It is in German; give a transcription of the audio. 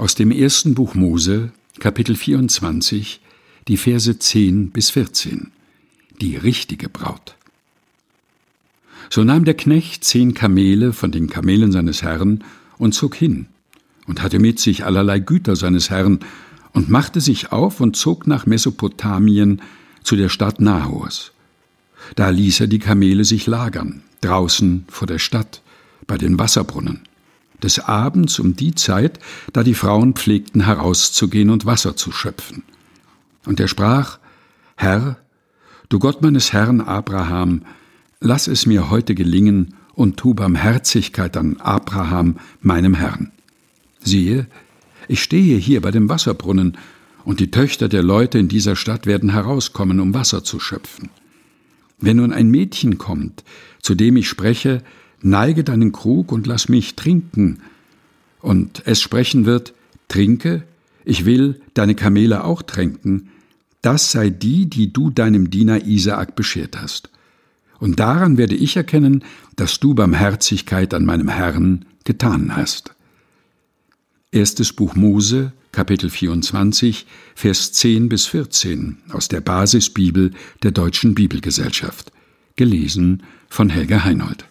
Aus dem ersten Buch Mose, Kapitel 24, die Verse 10 bis 14. Die richtige Braut. So nahm der Knecht 10 Kamele von den Kamelen seines Herrn und zog hin und hatte mit sich allerlei Güter seines Herrn und machte sich auf und zog nach Mesopotamien zu der Stadt Nahors. Da ließ er die Kamele sich lagern, draußen vor der Stadt, bei den Wasserbrunnen, des Abends um die Zeit, da die Frauen pflegten herauszugehen und Wasser zu schöpfen. Und er sprach: Herr, du Gott meines Herrn Abraham, lass es mir heute gelingen und tu Barmherzigkeit an Abraham, meinem Herrn. Siehe, ich stehe hier bei dem Wasserbrunnen, und die Töchter der Leute in dieser Stadt werden herauskommen, um Wasser zu schöpfen. Wenn nun ein Mädchen kommt, zu dem ich spreche, neige deinen Krug und lass mich trinken, und es sprechen wird, trinke, ich will deine Kamele auch tränken, das sei die, die du deinem Diener Isaak beschert hast. Und daran werde ich erkennen, dass du Barmherzigkeit an meinem Herrn getan hast. Erstes Buch Mose, Kapitel 24, Vers 10 bis 14 aus der Basisbibel der Deutschen Bibelgesellschaft. Gelesen von Helga Heinold.